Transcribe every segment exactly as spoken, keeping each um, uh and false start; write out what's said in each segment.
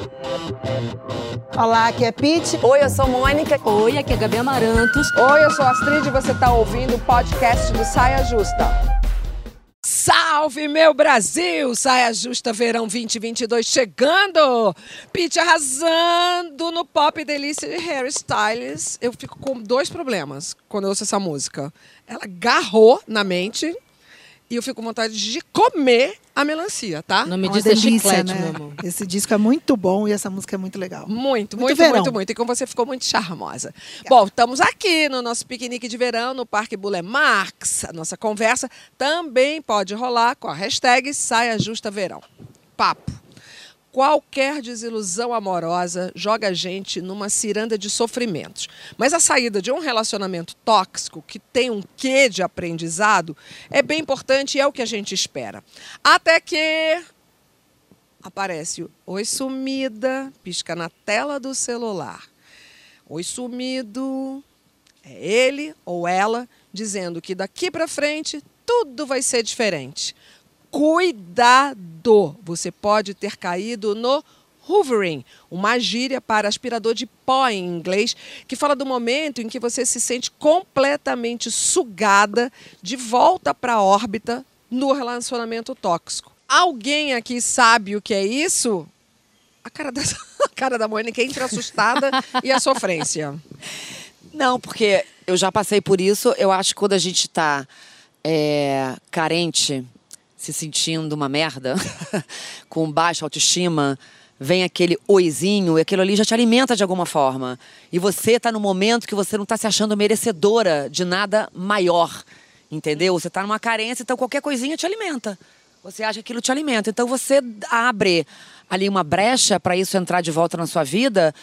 Olá, aqui é Pete. Oi, eu sou Mônica. Oi, aqui é Gabi Amarantos. Oi, eu sou Astrid e você está ouvindo o podcast do Saia Justa. Salve, meu Brasil! Saia Justa Verão vinte e vinte e dois chegando! Pete arrasando no Pop Delícia de Harry Styles. Eu fico com dois problemas quando eu ouço essa música. Ela agarrou na mente e eu fico com vontade de comer a melancia, tá? Não me É diz uma delícia, chiclete, né? meu amor. Esse disco é muito bom e essa música é muito legal. Muito, Muito muito, verão. muito, muito. E como você ficou muito charmosa. Bom, estamos aqui no nosso piquenique de verão no Parque Boulé Marx. A nossa conversa também pode rolar com a hashtag Saia Justa Verão. Papo. Qualquer desilusão amorosa joga a gente numa ciranda de sofrimentos. Mas a saída de um relacionamento tóxico, que tem um quê de aprendizado, é bem importante e é o que a gente espera. Até que aparece o Oi sumida, pisca na tela do celular. Oi sumido, é ele ou ela dizendo que daqui para frente tudo vai ser diferente. Cuidado! Você pode ter caído no hoovering, uma gíria para aspirador de pó em inglês, que fala do momento em que você se sente completamente sugada de volta para a órbita no relacionamento tóxico. Alguém aqui sabe o que é isso? A cara da, a cara da Mônica entre assustada e a sofrência. Não, porque eu já passei por isso. Eu acho que quando a gente tá é, carente, se sentindo uma merda, com baixa autoestima, vem aquele oizinho e aquilo ali já te alimenta de alguma forma. E você tá no momento que você não tá se achando merecedora de nada maior, entendeu? Você tá numa carência, então qualquer coisinha te alimenta. Você acha que aquilo te alimenta. Então você abre ali uma brecha para isso entrar de volta na sua vida.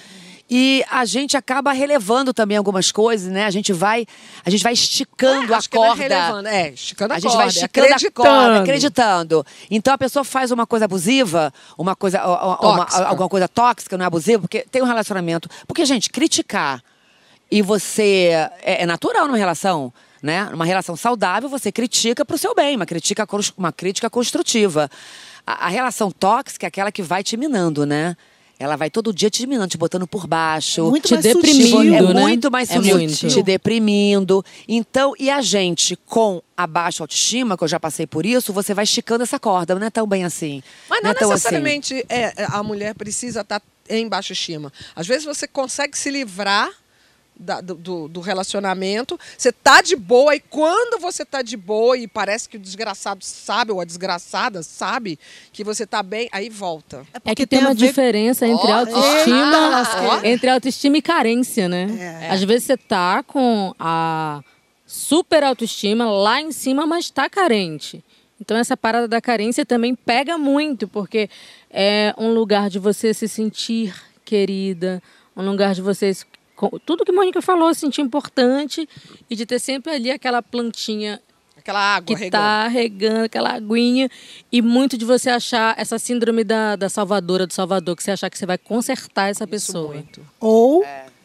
E a gente acaba relevando também algumas coisas, né? A gente vai, a gente vai esticando É, a acho que não é corda. relevando, é, esticando a, A gente corda, vai esticando a acreditando. corda, acreditando. Então a pessoa faz uma coisa abusiva, uma coisa, uma- Tóxica. alguma coisa tóxica, não é abusiva, porque tem um relacionamento. Porque, gente, criticar e você. É, é natural numa relação, né? Numa relação saudável, você critica pro seu bem, uma crítica, cons- uma crítica construtiva. A, a relação tóxica é aquela que vai te minando, né? Ela vai todo dia te minando, te botando por baixo. Muito te mais deprimindo, sutil. É né? muito mais É sutil, muito. te deprimindo. Então, e a gente, com a baixa autoestima, que eu já passei por isso, você vai esticando essa corda. Não é tão bem assim. Mas não, é tão necessariamente é, é, a mulher precisa estar em baixa estima. Às vezes você consegue se livrar da- do, do- do relacionamento, você tá de boa, e quando você tá de boa e parece que o desgraçado sabe, ou a desgraçada sabe que você tá bem, aí volta. É que tem uma diferença entre Ó, autoestima, ó. entre autoestima e carência, né? É. Às vezes você tá com a super autoestima lá em cima, mas tá carente. Então essa parada da carência também pega muito, porque é um lugar de você se sentir querida, um lugar de você se- com- tudo que a Mônica falou, se sentir importante e de ter sempre ali aquela plantinha Aquela água que regando. tá regando, aquela aguinha, e muito de você achar essa síndrome da, da salvadora, do salvador, que você achar que você vai consertar essa Isso pessoa. muito. Ou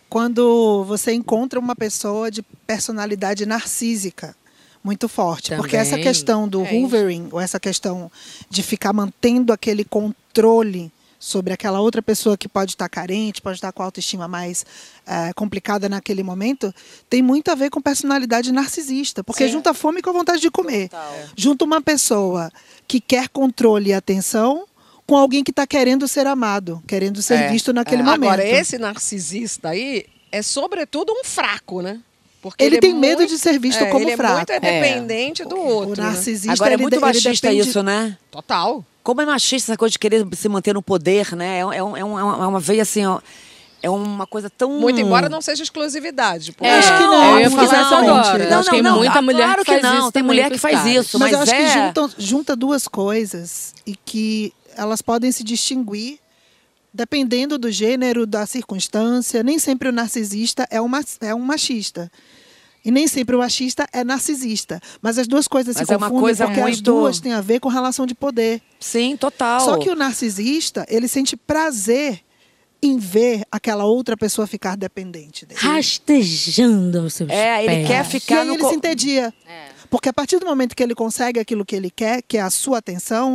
quando você encontra uma pessoa de personalidade narcísica muito forte. Porque essa Também. questão do É isso. hoovering, ou essa questão de ficar mantendo aquele controle sobre aquela outra pessoa que pode estar carente, pode estar com a autoestima mais eh, complicada naquele momento, tem muito a ver com personalidade narcisista. Porque Sim. junta fome com a vontade de comer. Total. Junta uma pessoa que quer controle e atenção com alguém que está querendo ser amado, querendo ser É, visto naquele é. momento. Agora, esse narcisista aí é sobretudo um fraco, né? Porque Ele é tem medo muito- de ser visto é, como ele fraco. é muito dependente do O outro. né? narcisista Agora é ele muito de- ele machista depende- isso, né? Total. Como é machista essa coisa de querer se manter no poder, né? É, um- é, um- é uma, é uma veia assim, ó, é uma coisa tão... Muito embora não seja exclusividade. porque- É, Acho que não, eu ia falar isso exatamente. agora. Não, Acho que não, tem não. muita Ah, mulher claro que faz que não. isso Tem também mulher com que os faz caras. isso. Mas, Mas eu acho é- que juntam, junta duas coisas e que elas podem se distinguir dependendo do gênero, da circunstância. Nem sempre o narcisista é, uma, é um machista. E nem sempre o machista é narcisista. Mas as duas coisas Mas se é uma confundem coisa porque as muito- duas têm a ver com relação de poder. Sim, total. Só que o narcisista, ele sente prazer em ver aquela outra pessoa ficar dependente dele. Rastejando aos seus É, ele pés. quer E ficar aí no... ele co- se entedia. Porque a partir do momento que ele consegue aquilo que ele quer, que é a sua atenção,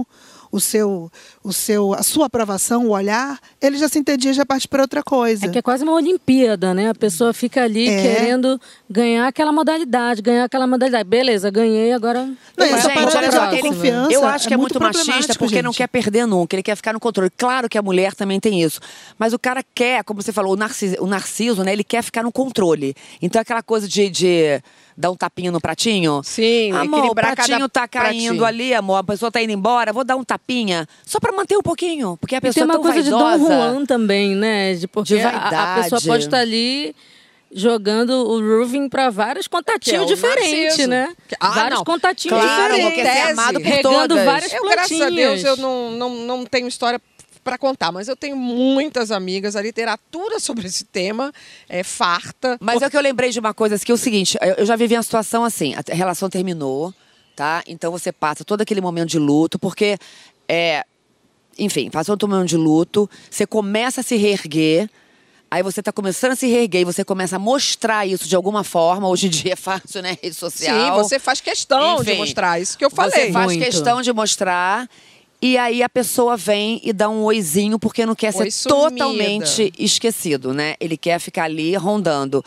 o seu, o seu, a sua aprovação, o olhar, ele já se entedia, já parte para outra coisa. É que é quase uma Olimpíada, né? A pessoa fica ali É. querendo ganhar aquela modalidade, ganhar aquela modalidade. Beleza, ganhei, agora... Não, Mas, essa gente, parada olha de só, autoconfiança eu acho que é, muito, problemático, machista porque não gente. quer perder nunca, ele quer ficar no controle. Claro que a mulher também tem isso, mas o cara quer, como você falou, o narciso, o narciso, né? Ele quer ficar no controle. Então aquela coisa de, de dar um tapinha no pratinho. Sim, amor, o equilibrar pratinho cada tá caindo pratinho. ali, amor, a pessoa tá indo embora, vou dar um tapinha, só pra manter um pouquinho, porque a E tem pessoa é uma tão coisa de Dom vaidosa. Juan também, né? De porque De a- a, vaidade. pessoa pode estar ali jogando o roofing para vários Que é contatinhos o diferentes, narciso. né? Que- ah, vários não. contatinhos Claro, diferentes. quer ser amado por regando todas. várias Eu, graças a Deus, plantinhas. eu não, não, não tenho história para contar, mas eu tenho muitas amigas, a literatura sobre esse tema é farta. Mas é o que eu lembrei de uma coisa, assim, que é o seguinte, eu- eu já vivi uma situação assim, a relação terminou, tá? Então você passa todo aquele momento de luto, porque, é, enfim, passou todo momento de luto, você começa a se reerguer, aí você tá começando a se reerguer e você começa a mostrar isso de alguma forma, hoje em dia é fácil, né? Rede social. Sim, você faz questão de Enfim, mostrar isso que eu falei. Você faz Muito. questão de mostrar. E aí a pessoa vem e dá um oizinho porque não quer Oi, ser sumida. totalmente esquecido, né? Ele quer ficar ali rondando.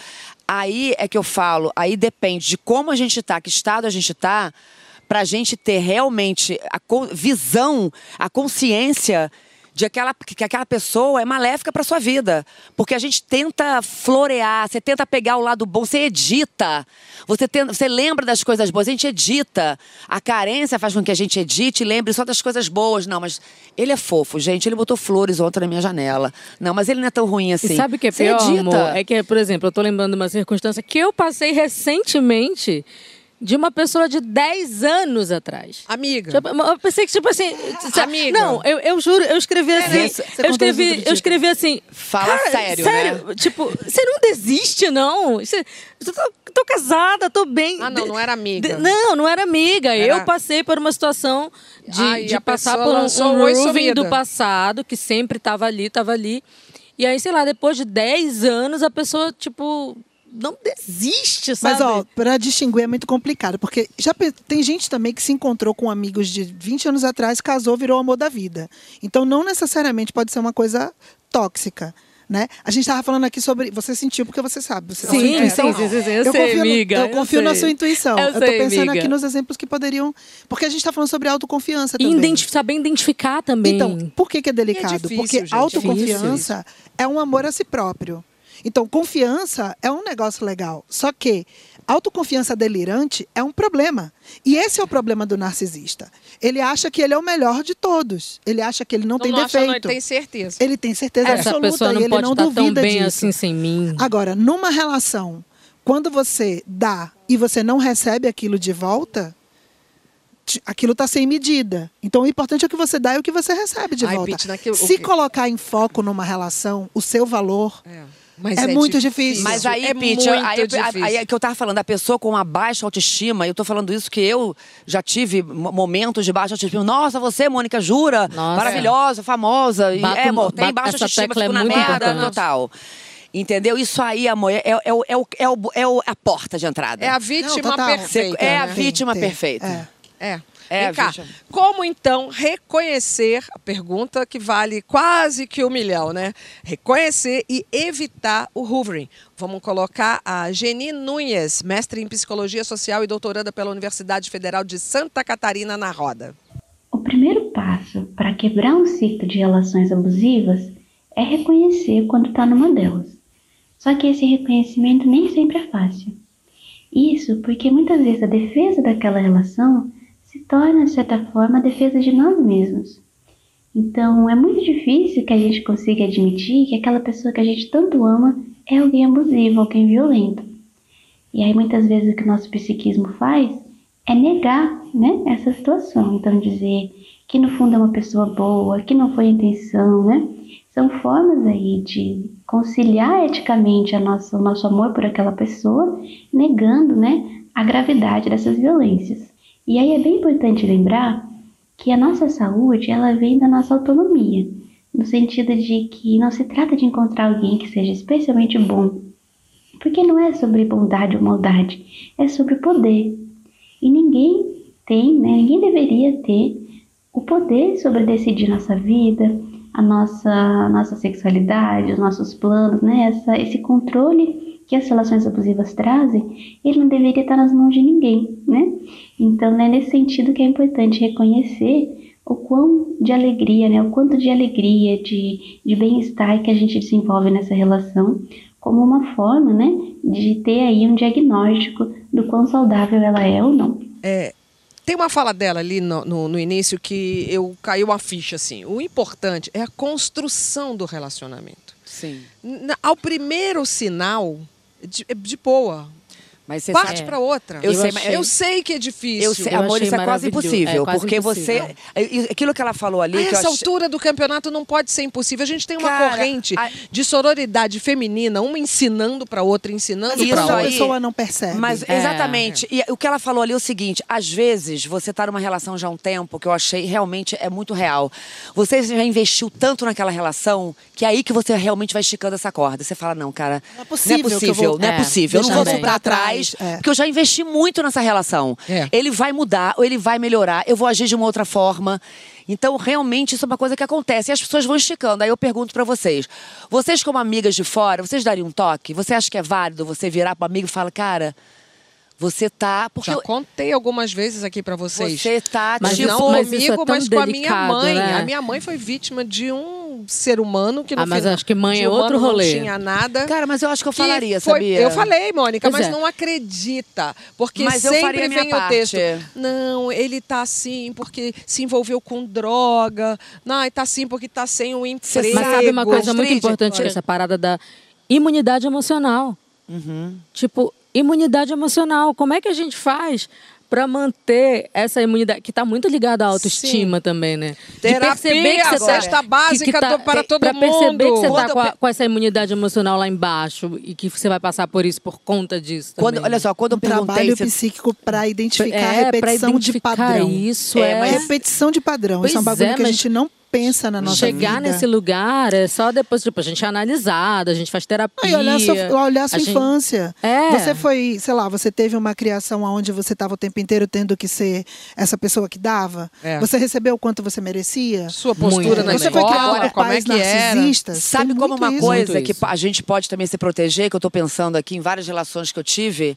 Aí é que eu falo, aí depende de como a gente tá, que estado a gente tá, pra gente ter realmente a co- visão, a consciência de aquela, que aquela pessoa é maléfica para sua vida. Porque a gente tenta florear, você tenta pegar o lado bom, você edita. Você, tenta, você lembra das coisas boas, a gente edita. A carência faz com que a gente edite e lembre só das coisas boas. Não, mas ele é fofo, gente. Ele botou flores ontem na minha janela. Não, mas ele não é tão ruim assim. E sabe o que é Você pior, edita. amor? É que, por exemplo, eu tô lembrando de uma circunstância que eu passei recentemente de uma pessoa de dez anos atrás. Amiga. Tipo, Eu pensei que, tipo assim... Amiga. Não, eu, eu juro, eu escrevi assim... você eu, contou isso escrevi, outro dia. eu escrevi assim... Fala cara, sério, sério, né? Tipo, você não desiste, não. Você, eu tô, tô casada, tô bem. Ah, não, não era amiga. De- não, não era amiga. Era- Eu passei por uma situação de, Ah, e de a passar pessoa por um, lançou um o oi roofing sumida. do passado, que sempre tava ali, tava ali. E aí, sei lá, depois de dez anos, a pessoa, tipo... não desiste, sabe? Mas, ó, para distinguir é muito complicado, porque já pe- tem gente também que se encontrou com amigos de vinte anos atrás, casou, virou o amor da vida. Então, não necessariamente pode ser uma coisa tóxica, né? A gente estava falando aqui sobre... Você sentiu porque você sabe. Você, a sua Sim, intuição- sim, sim, sim, sim, eu eu sei, confio no- amiga, Eu eu confio na sei. sua intuição. Eu Eu, tô sei, pensando amiga. aqui nos exemplos que poderiam... Porque a gente está falando sobre autoconfiança E também. identif- saber identificar também. Então, por que, que é delicado? difícil, Porque gente, autoconfiança é um amor a si próprio. Então, confiança é um negócio legal. Só que autoconfiança delirante é um problema. E esse é o problema do narcisista. Ele acha que ele é o melhor de todos. Ele acha que ele não, Não, tem não acha, defeito. não, ele tem certeza. Ele tem certeza Essa absoluta pessoa e não ele pode não estar tão duvida bem disso. assim sem mim. Agora, numa relação, quando você dá e você não recebe aquilo de volta, ti- aquilo está sem medida. Então, o importante é o que você dá e o que você recebe de Ai, volta. Pitty, naquilo- o Se que- colocar em foco numa relação, o seu valor... É, mas É muito difícil. Mas aí, é Pitty, muito aí, difícil. aí é que eu tava falando, a pessoa com uma baixa autoestima, eu tô falando isso que eu já tive mo- momentos de baixa autoestima. Nossa, você, Mônica, jura? Nossa. Maravilhosa, famosa. E, Bato- é, amor, tem bato- baixa essa autoestima, tecla é fico na muito merda importante. total. Entendeu? Isso aí, amor, é, é, é, o- é, o- é, o- é o- a porta de entrada. É a vítima Não, total. perfeita. é a né? vítima Tem, perfeita. é. É. É, Vem cá, vítima. como então reconhecer, a pergunta que vale quase que um milhão, né? Reconhecer e evitar o hoovering. Vamos colocar a Geni Nunes, mestre em Psicologia Social e doutoranda pela Universidade Federal de Santa Catarina, na roda. O primeiro passo para quebrar um ciclo de relações abusivas é reconhecer quando está numa delas. Só que esse reconhecimento nem sempre é fácil. Isso porque muitas vezes a defesa daquela relação se torna, de certa forma, a defesa de nós mesmos. Então, é muito difícil que a gente consiga admitir que aquela pessoa que a gente tanto ama é alguém abusivo, alguém violento. E aí, muitas vezes, o que o nosso psiquismo faz é negar, né, essa situação. Então, dizer que, no fundo, é uma pessoa boa, que não foi a intenção, né? São formas aí de conciliar eticamente a nossa, o nosso amor por aquela pessoa, negando, né, a gravidade dessas violências. E aí é bem importante lembrar que a nossa saúde, ela vem da nossa autonomia, no sentido de que não se trata de encontrar alguém que seja especialmente bom, porque não é sobre bondade ou maldade, é sobre poder. E ninguém tem, né, ninguém deveria ter o poder sobre decidir nossa vida, a nossa, a nossa sexualidade, os nossos planos, né? Essa, esse controle que as relações abusivas trazem, ele não deveria estar nas mãos de ninguém, né? Então, é nesse sentido que é importante reconhecer o quão de alegria, né? O quanto de alegria, de, de bem-estar que a gente desenvolve nessa relação, como uma forma, né, de ter aí um diagnóstico do quão saudável ela é ou não. É, tem uma fala dela ali no, no, no início que eu caiu uma ficha assim. O importante é a construção do relacionamento. Sim. Na, ao primeiro sinal, de, de boa. Mas você Parte sabe- para outra. Eu Eu, sei, sei, mas- eu sei que é difícil. Eu sei, Eu amor, achei isso é quase maravilhoso. impossível. É quase porque impossível. você. e- Aquilo que ela falou ali. A que eu essa achei- altura do campeonato não pode ser impossível. A gente tem uma Cara, corrente a- de sororidade feminina, uma ensinando para outra, ensinando Mas Isso para a outra. aí- pessoa não percebe. Mas, É. exatamente. E o que ela falou ali é o seguinte: às vezes, você tá numa relação já há um tempo, que eu achei realmente é muito real. Você já investiu tanto naquela relação, que é aí que você realmente vai esticando essa corda. Você fala, não, cara, Não é possível não é que eu possível, vou- não é É, possível. Eu não vou também. voltar atrás, É. porque eu já investi muito nessa relação. É. Ele vai mudar, ou ele vai melhorar, eu vou agir de uma outra forma. Então, realmente, isso é uma coisa que acontece. E as pessoas vão esticando. Aí eu pergunto pra vocês. Vocês, como amigas de fora, vocês dariam um toque? Você acha que é válido você virar pra amigo e falar, cara, você tá... Porque Já eu- contei algumas vezes aqui para vocês. você tá, Mas tipo... não mas isso é comigo, tão mas com a minha delicado, mãe. né? A minha mãe foi vítima de um ser humano que no Ah, mas final, acho que mãe de é outro humano rolê. não tinha nada. Cara, mas eu acho que eu que falaria, foi- sabia? Eu falei, Mônica, Pois mas é. não acredita. Porque Mas eu sempre faria a minha vem o parte. texto. Não, ele tá assim porque se envolveu com droga. Não, ele tá assim porque tá sem o emprego. Mas sabe uma coisa muito Astrid, importante, olha. essa parada da imunidade emocional. Uhum. Tipo, imunidade emocional. Como é que a gente faz para manter essa imunidade, que está muito ligada à autoestima também, né? De Terapia, perceber que você a tá- cesta básica do- para todo pra perceber mundo. que você está Quando com, eu a- pe- com essa imunidade emocional lá embaixo e que você vai passar por isso por conta disso Quando, também. olha só, quando eu um perguntei... trabalho se- psíquico para identificar a É, pra repetição de identificar padrão. isso, É, é. mas- Repetição de padrão. Isso é um Pois bagulho é, que a mas gente não pensa na nossa Chegar vida. nesse lugar é só depois, tipo, a gente é analisada, a gente faz terapia. E olhar, sua, olhar a sua a gente- infância. É. Você foi, sei lá, você teve uma criação onde você estava o tempo inteiro tendo que ser essa pessoa que dava? É. Você recebeu o quanto você merecia? Sua postura Muito na também. Você foi criado escola, por como é pais que era? narcisistas? Sabe Tem como muito uma isso. coisa Muito que isso. a gente pode também se proteger, que eu tô pensando aqui em várias relações que eu tive,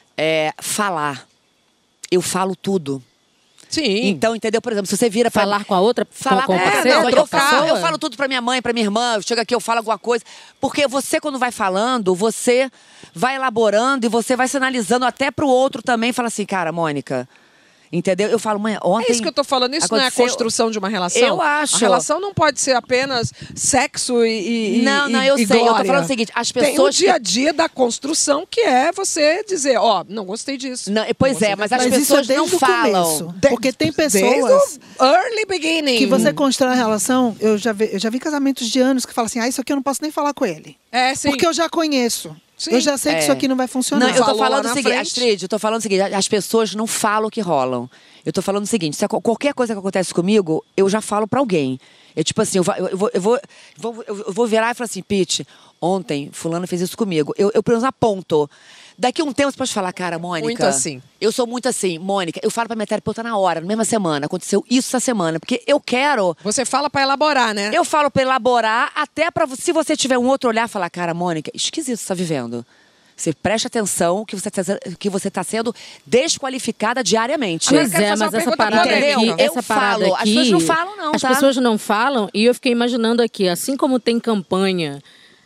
é falar. Eu falo tudo. Sim. Então, entendeu? Por exemplo, se você vira pra... Falar com a outra, Falar com, com com o é, parceiro, não, com a eu, falo, pessoa. eu falo tudo pra minha mãe, pra minha irmã. Chega aqui, eu falo alguma coisa. Porque você, quando vai falando, você vai elaborando e você vai se analisando até pro outro também. Fala assim, cara, Mônica, entendeu? Eu falo, mãe, ontem... É isso que eu tô falando. Isso não é a aconteceu- construção de uma relação? Eu acho. A relação não pode ser apenas sexo e, e Não, não, e- eu e sei. Eu tô glória. falando o seguinte, as Tem o pessoas dia que- a dia da construção, que é você dizer, ó, não gostei disso. Não, pois Não é, gostei mas daquilo. as Mas isso é pessoas não desde o falam. começo. De- Porque tem Desde pessoas o early beginning. que você constrói uma relação. Eu já, vi, eu já vi casamentos de anos que falam assim: ah, isso aqui eu não posso nem falar com ele. É, sim. Porque eu já conheço. Sim. Eu já sei que É. isso aqui não vai funcionar. Não, eu tô Falou lá falando o na seguinte, frente. Astrid, eu tô falando o seguinte, as pessoas não falam o que rolam. Eu tô falando o seguinte, se a- qualquer coisa que acontece comigo, eu já falo pra alguém. É tipo assim, eu, va- eu vou, eu, vou, vou- eu vou virar e falar assim, Pete, ontem fulano fez isso comigo. Eu, eu pelo menos aponto. Daqui a um tempo você pode falar, cara, Mônica... Muito assim. Eu sou muito assim, Mônica, eu falo pra minha terapeuta na hora, na mesma semana. Aconteceu isso essa semana, porque eu quero... Você fala pra elaborar, né? Eu falo pra elaborar, até pra, se você tiver um outro olhar, falar, cara, Mônica, esquisito você tá vivendo. Você preste atenção que você tá, que você tá sendo desqualificada diariamente. Agora eu Pois quero é, fazer mas uma essa pergunta parada polêmica. aqui, Eu essa parada falo, as aqui, pessoas não falam não, As tá? pessoas não falam e eu fiquei imaginando aqui, assim como tem campanha,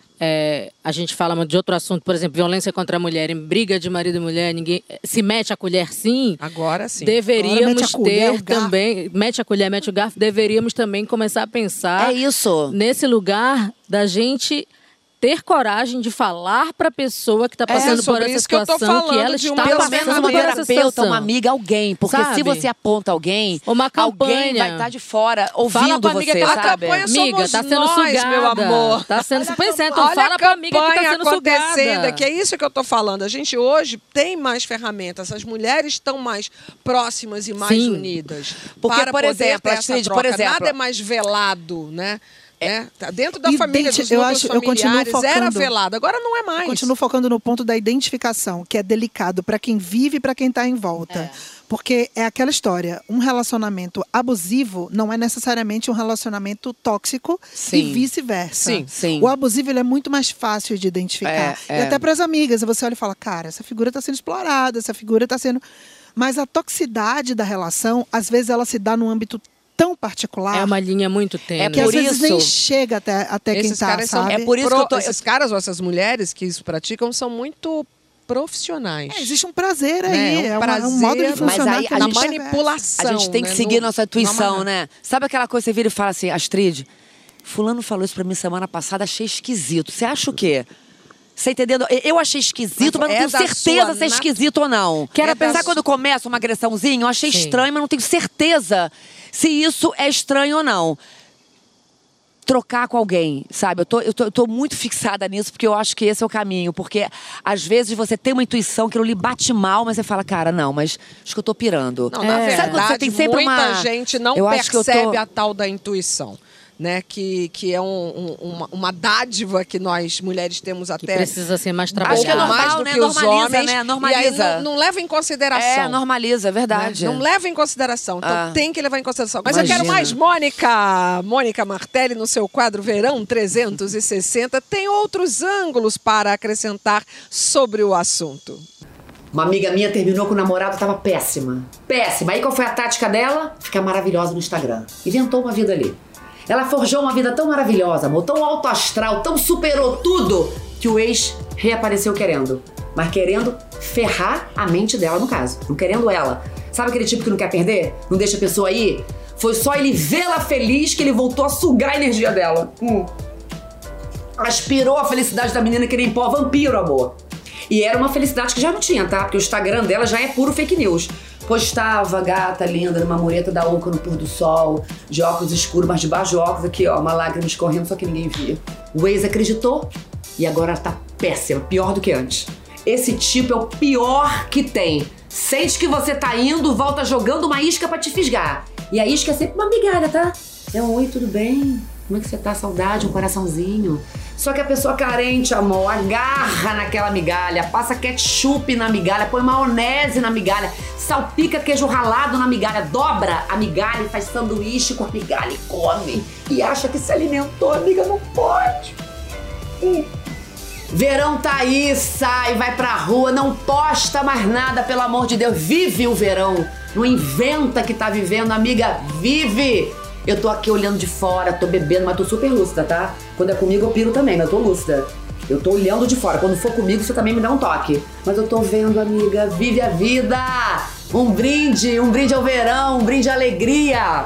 é, a gente fala de outro assunto, por exemplo, violência contra a mulher, em briga de marido e mulher, ninguém se mete a colher sim. Agora sim. Agora Deveríamos mete a colher, ter o garfo. também, mete a colher, mete o garfo, deveríamos também começar a pensar É isso. nesse lugar da gente ter coragem de falar para a pessoa que está passando por sobre essa isso que eu tô situação, que, falando, ela de está uma Pelo passando menos uma por essa terapeuta, situação. uma amiga, alguém. Porque Sabe? se você aponta alguém, Uma alguém campanha. vai estar de fora ouvindo Fala pra amiga você, que ela sabe? campanha Amiga, somos tá sendo nós, sugada. meu amor. Tá sendo... Olha a Pois é, campanha- então olha fala a pra amiga que tá campanha sendo acontecendo sugada. aqui, é isso que eu tô falando. A gente hoje tem mais ferramentas, as mulheres estão mais próximas e mais Sim. unidas. Porque, para por poder exemplo, ter essa Astrid, por troca. exemplo- Nada é mais velado, né? né? Tá dentro da Identi- família dos eu núcleos acho- eu continuo familiares, era focando- velado. Agora não é mais. Eu continuo focando no ponto da identificação, que é delicado para quem vive e para quem está em volta. Porque é aquela história, um relacionamento abusivo não é necessariamente um relacionamento tóxico Sim. e vice-versa. Sim, sim. O abusivo ele é muito mais fácil de identificar. É, E é. até para as amigas, você olha e fala, cara, essa figura está sendo explorada, essa figura está sendo... Mas a toxicidade da relação, às vezes ela se dá num âmbito tão particular É uma linha muito tênue. que às por vezes isso- nem chega até, até quem Esses está, caras são, sabe? É por isso que eu tô- esses caras ou essas mulheres que isso praticam são muito profissionais. É, existe um prazer aí, Né? é, Um uma- é um modo de prazer funcionar Mas aí que a é na gente- perverso. manipulação. A gente tem que né? seguir No- nossa intuição, na manha. né? Sabe aquela coisa que você vira e fala assim, Astrid, fulano falou isso pra mim semana passada, achei esquisito. Você acha o quê? Você entendendo? Eu achei esquisito, mas, Mas não é tenho da certeza sua se é nat- esquisito ou não. Que era Sabe da quando começa uma agressãozinha? Eu achei Sim. estranho, mas não tenho certeza se isso é estranho ou não. Trocar com alguém, sabe? Eu tô, eu, tô, eu tô muito fixada nisso, porque eu acho que esse é o caminho. Porque, às vezes, você tem uma intuição que não lhe bate mal, mas você fala, cara, não, mas acho que eu tô pirando. Não, na Sabe quando verdade, você tem sempre muita uma... gente não Eu acho que eu percebe tô- a tal da intuição. Né? Que, que é um- um- uma, uma dádiva que nós mulheres temos Que até precisa ser mais Acho trabalhada. que é normal, mais do né? que os Normaliza, homens. né? E aí Normaliza. não, não leva em consideração. É, normaliza, é verdade. Né? Não leva em consideração. Então Ah. tem que levar em consideração. Mas eu Imagina. quero mais Mônica. Mônica Martelli, no seu quadro Verão trezentos e sessenta, tem outros ângulos para acrescentar sobre o assunto. Uma amiga minha terminou com o namorado, tava péssima. Péssima. Aí qual foi a tática dela? Ficar maravilhosa no Instagram. Inventou uma vida ali. Ela forjou uma vida tão maravilhosa, amor, tão alto astral, tão superou tudo, que o ex reapareceu querendo. Mas querendo ferrar a mente dela, no caso. Não querendo ela. Sabe aquele tipo que não quer perder? Não deixa a pessoa ir? Foi só ele vê-la feliz que ele voltou a sugar a energia dela. Hum. Aspirou a felicidade da menina que nem pó vampiro, amor. E era uma felicidade que já não tinha, tá? Porque o Instagram dela já é puro fake news. Postava gata linda numa mureta da Oca no pôr do sol, de óculos escuros, mas debaixo de óculos aqui, ó, uma lágrima escorrendo, só que ninguém via. O ex acreditou e agora ela tá péssima, pior do que antes. Esse tipo é o pior que tem. Sente que você tá indo, volta jogando uma isca pra te fisgar. E a isca é sempre uma migalha, tá? É um oi, tudo bem? Como é que você tá? Saudade, um coraçãozinho. Só que a pessoa carente, amor, agarra naquela migalha, passa ketchup na migalha, põe maionese na migalha, salpica queijo ralado na migalha, dobra a migalha e faz sanduíche com a migalha e come. E acha que se alimentou, amiga, não pode. Hum. Verão tá aí, sai, vai pra rua, não posta mais nada, pelo amor de Deus. Vive o verão, não inventa que tá vivendo, amiga, vive. Eu tô aqui olhando de fora, tô bebendo, mas tô super lúcida, tá? Quando é comigo eu piro também, mas eu tô lúcida. Eu tô olhando de fora. Quando for comigo, você também me dá um toque. Mas eu tô vendo, amiga, vive a vida! Um brinde, um brinde ao verão, um brinde à alegria!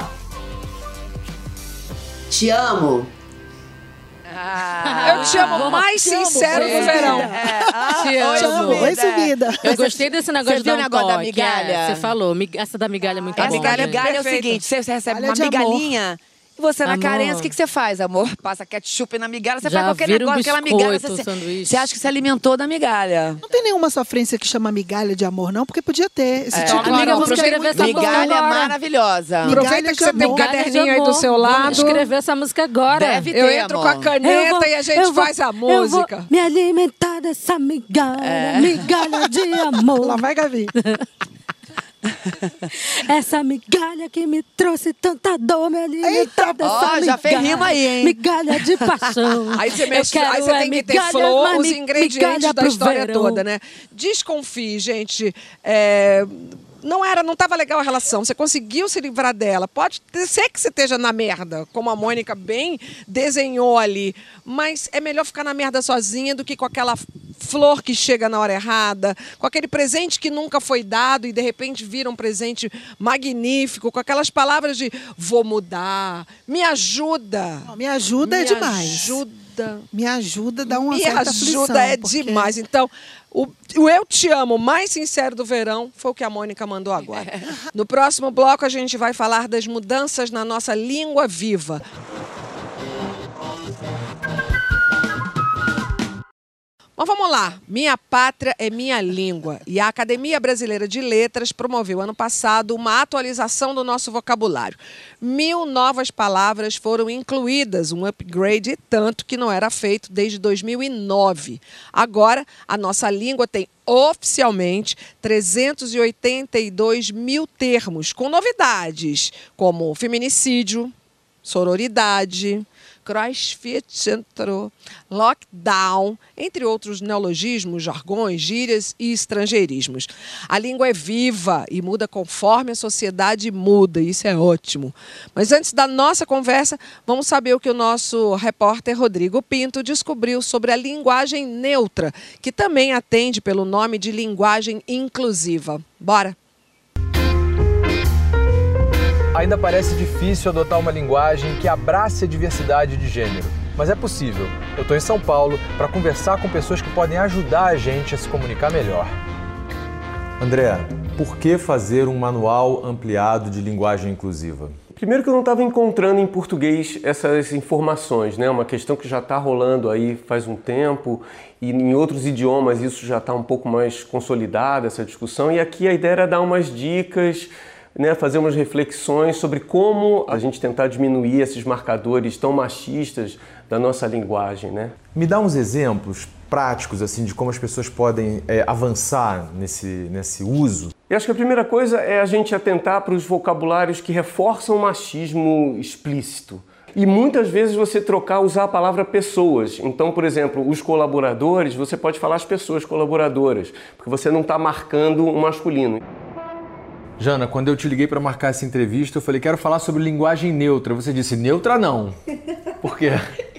Te amo! Eu te amo mais sincero do verão. Te amo. Te amo. Oi, sumida. Eu gostei desse negócio Você de viu dar o um negócio da toque, migalha? é, você falou, mig- essa da migalha é muito A boa. migalha, gente. migalha é o Perfeito. seguinte, você você recebe Migalha uma de amor. migalhinha e você na Amor. carência, o que, que você faz, amor? Passa ketchup na migalha, você Já faz qualquer vira um negócio, aquela biscoito, migalha. Você, sanduíche. você acha que se alimentou da migalha. Não tem nenhuma sofrência que chama migalha de amor, não, porque podia ter. Esse É. tipo Agora, Amiga, vamos aproveita- escrever essa música Migalha é agora. maravilhosa. Aproveita Migalha que você de tem um amor. caderninho aí do Amor, seu vamos lado. escrever essa música agora. Deve ter, Eu entro com a amor. caneta Eu vou- e a gente eu vou- faz a eu vou música. me alimentar dessa migalha, migalha de Lá amor. vai, Gabi. Essa migalha que me trouxe tanta dor, me alimentar Eita, dessa ó, migalha. já fez rima aí, hein? Migalha de paixão. Aí você, Eu mexe, quero aí você é tem que ter migalha, flor, mas os mi- ingredientes migalha da pro história verão. toda, né? Desconfie, gente. É, não era, não estava legal a relação. Você conseguiu se livrar dela. Pode ter- ser que você esteja na merda, como a Mônica bem desenhou ali. Mas é melhor ficar na merda sozinha do que com aquela flor que chega na hora errada, com aquele presente que nunca foi dado e de repente vira um presente magnífico, com aquelas palavras de vou mudar, me ajuda. Não, me ajuda é Me demais. ajuda. Me ajuda dá uma Me certa ajuda aflição, é porque- demais. Então, o, o Eu Te Amo mais sincero do verão foi o que a Mônica mandou agora. No próximo bloco, a gente vai falar das mudanças na nossa língua viva. Mas vamos lá. Minha pátria é minha língua. E a Academia Brasileira de Letras promoveu ano passado uma atualização do nosso vocabulário. Mil novas palavras foram incluídas, um upgrade tanto que não era feito desde dois mil e nove. Agora, a nossa língua tem oficialmente trezentos e oitenta e dois mil termos, com novidades como feminicídio, sororidade, crossfit, lockdown, entre outros neologismos, jargões, gírias e estrangeirismos. A língua é viva e muda conforme a sociedade muda, isso é ótimo. Mas antes da nossa conversa, vamos saber o que o nosso repórter Rodrigo Pinto descobriu sobre a linguagem neutra, que também atende pelo nome de linguagem inclusiva. Bora! Ainda parece difícil adotar uma linguagem que abrace a diversidade de gênero, mas é possível. Eu estou em São Paulo para conversar com pessoas que podem ajudar a gente a se comunicar melhor. André, por que fazer um manual ampliado de linguagem inclusiva? Primeiro que eu não estava encontrando em português essas informações, né? Uma questão que já está rolando aí faz um tempo e em outros idiomas isso já está um pouco mais consolidado, essa discussão. E aqui a ideia era dar umas dicas, né, fazer umas reflexões sobre como a gente tentar diminuir esses marcadores tão machistas da nossa linguagem, né? Me dá uns exemplos práticos assim de como as pessoas podem é, avançar nesse, nesse uso. Eu acho que a primeira coisa é a gente atentar para os vocabulários que reforçam o machismo explícito. E muitas vezes você trocar, usar a palavra pessoas. Então, por exemplo, os colaboradores, você pode falar as pessoas colaboradoras, porque você não está marcando o masculino. Jana, quando eu te liguei para marcar essa entrevista, eu falei, quero falar sobre linguagem neutra. Você disse, neutra não. Por quê?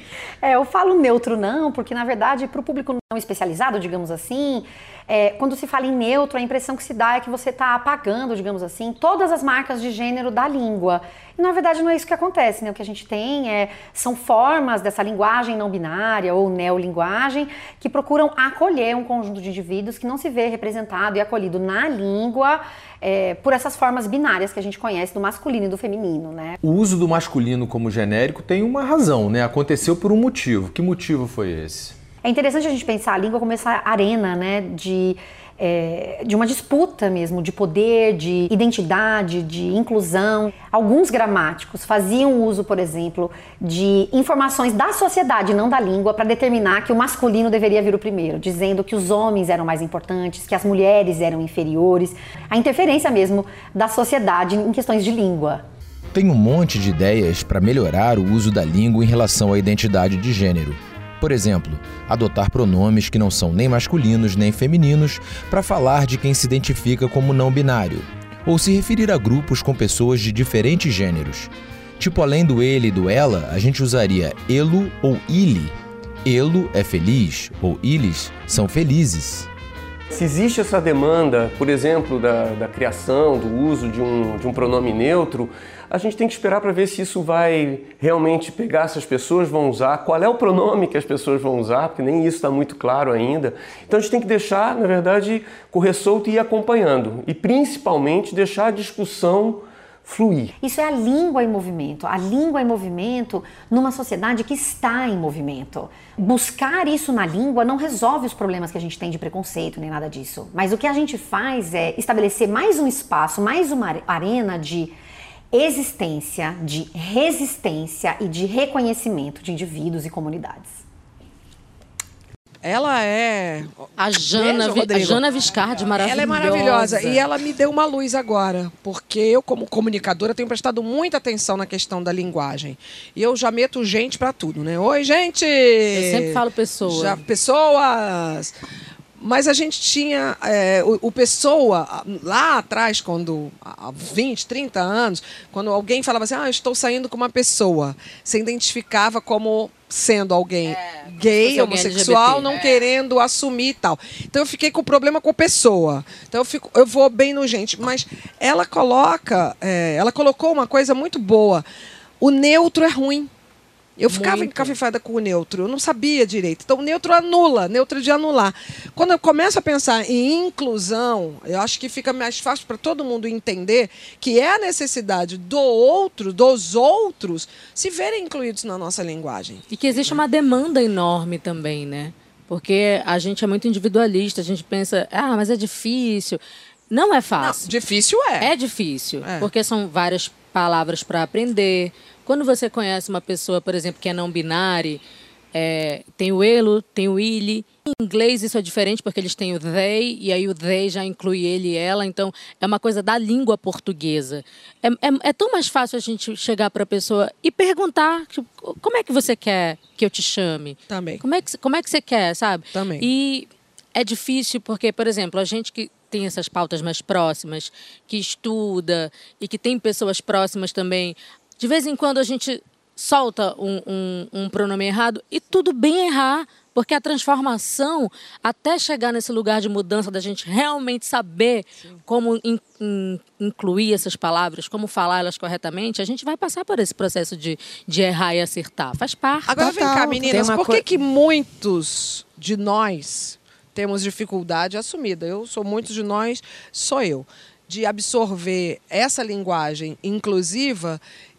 É, eu falo neutro não, porque na verdade para o público não especializado, digamos assim, é, quando se fala em neutro, a impressão que se dá é que você está apagando, digamos assim, todas as marcas de gênero da língua. E na verdade não é isso que acontece, né? O que a gente tem é, são formas dessa linguagem não binária ou neolinguagem que procuram acolher um conjunto de indivíduos que não se vê representado e acolhido na língua é, por essas formas binárias que a gente conhece do masculino e do feminino, né? O uso do masculino como genérico tem uma razão, né? Aconteceu por um motivo. Que motivo foi esse? É interessante a gente pensar a língua como essa arena, né, de, é, de uma disputa mesmo, de poder, de identidade, de inclusão. Alguns gramáticos faziam uso, por exemplo, de informações da sociedade, não da língua, para determinar que o masculino deveria vir o primeiro, dizendo que os homens eram mais importantes, que as mulheres eram inferiores. A interferência mesmo da sociedade em questões de língua. Tem um monte de ideias para melhorar o uso da língua em relação à identidade de gênero. Por exemplo, adotar pronomes que não são nem masculinos nem femininos para falar de quem se identifica como não binário, ou se referir a grupos com pessoas de diferentes gêneros. Tipo, além do ele e do ela, a gente usaria elo ou ile. Elo é feliz, ou iles são felizes. Se existe essa demanda, por exemplo, da, da criação, do uso de um, de um pronome neutro, a gente tem que esperar para ver se isso vai realmente pegar, se as pessoas vão usar, qual é o pronome que as pessoas vão usar, porque nem isso está muito claro ainda. Então a gente tem que deixar, na verdade, correr solto e ir acompanhando. E principalmente deixar a discussão fluir. Isso é a língua em movimento. A língua em movimento numa sociedade que está em movimento. Buscar isso na língua não resolve os problemas que a gente tem de preconceito, nem nada disso. Mas o que a gente faz é estabelecer mais um espaço, mais uma arena de existência, de resistência e de reconhecimento de indivíduos e comunidades. Ela é... A Jana, Beijo, a Jana Viscardi, maravilhosa. Ela é maravilhosa e ela me deu uma luz agora, porque eu, como comunicadora, tenho prestado muita atenção na questão da linguagem. E eu já meto gente pra tudo, né? Oi, gente! Eu sempre falo pessoas. Já, pessoas! Mas a gente tinha é, o, o Pessoa, lá atrás, quando há vinte, trinta anos, quando alguém falava assim, ah, eu estou saindo com uma pessoa, se identificava como sendo alguém é, gay, homossexual, L G B T, não é. querendo assumir e tal. Então eu fiquei com problema com Pessoa. Então eu, fico, eu vou bem no gente. Mas ela coloca, é, ela colocou uma coisa muito boa. O neutro é ruim. Eu ficava Muito. encafifada com o neutro, eu não sabia direito. Então, o neutro anula, neutro de anular. Quando eu começo a pensar em inclusão, eu acho que fica mais fácil para todo mundo entender que é a necessidade do outro, dos outros, se verem incluídos na nossa linguagem. E que existe uma demanda enorme também, né? Porque a gente é muito individualista, a gente pensa, ah, mas é difícil. Não é fácil. Não, difícil é. É difícil, É. porque são várias palavras para aprender. Quando você conhece uma pessoa, por exemplo, que é não binária, é, tem o elo, tem o ele. Em inglês isso é diferente, porque eles têm o they, e aí o they já inclui ele e ela. Então, é uma coisa da língua portuguesa. É, é, é tão mais fácil a gente chegar para a pessoa e perguntar, tipo, como é que você quer que eu te chame? Também. Como é que, como é que você quer, sabe? Também. E é difícil porque, por exemplo, a gente que tem essas pautas mais próximas, que estuda e que tem pessoas próximas também, de vez em quando a gente solta um, um, um pronome errado e tudo bem errar, porque a transformação, até chegar nesse lugar de mudança, da gente realmente saber Sim. como in, in, incluir essas palavras, como falar elas corretamente, a gente vai passar por esse processo de, de errar e acertar. Faz parte. Agora vem cá, meninas, por que co... que muitos de nós temos dificuldade assumida? Eu sou muitos de nós, sou eu, de absorver essa linguagem inclusiva.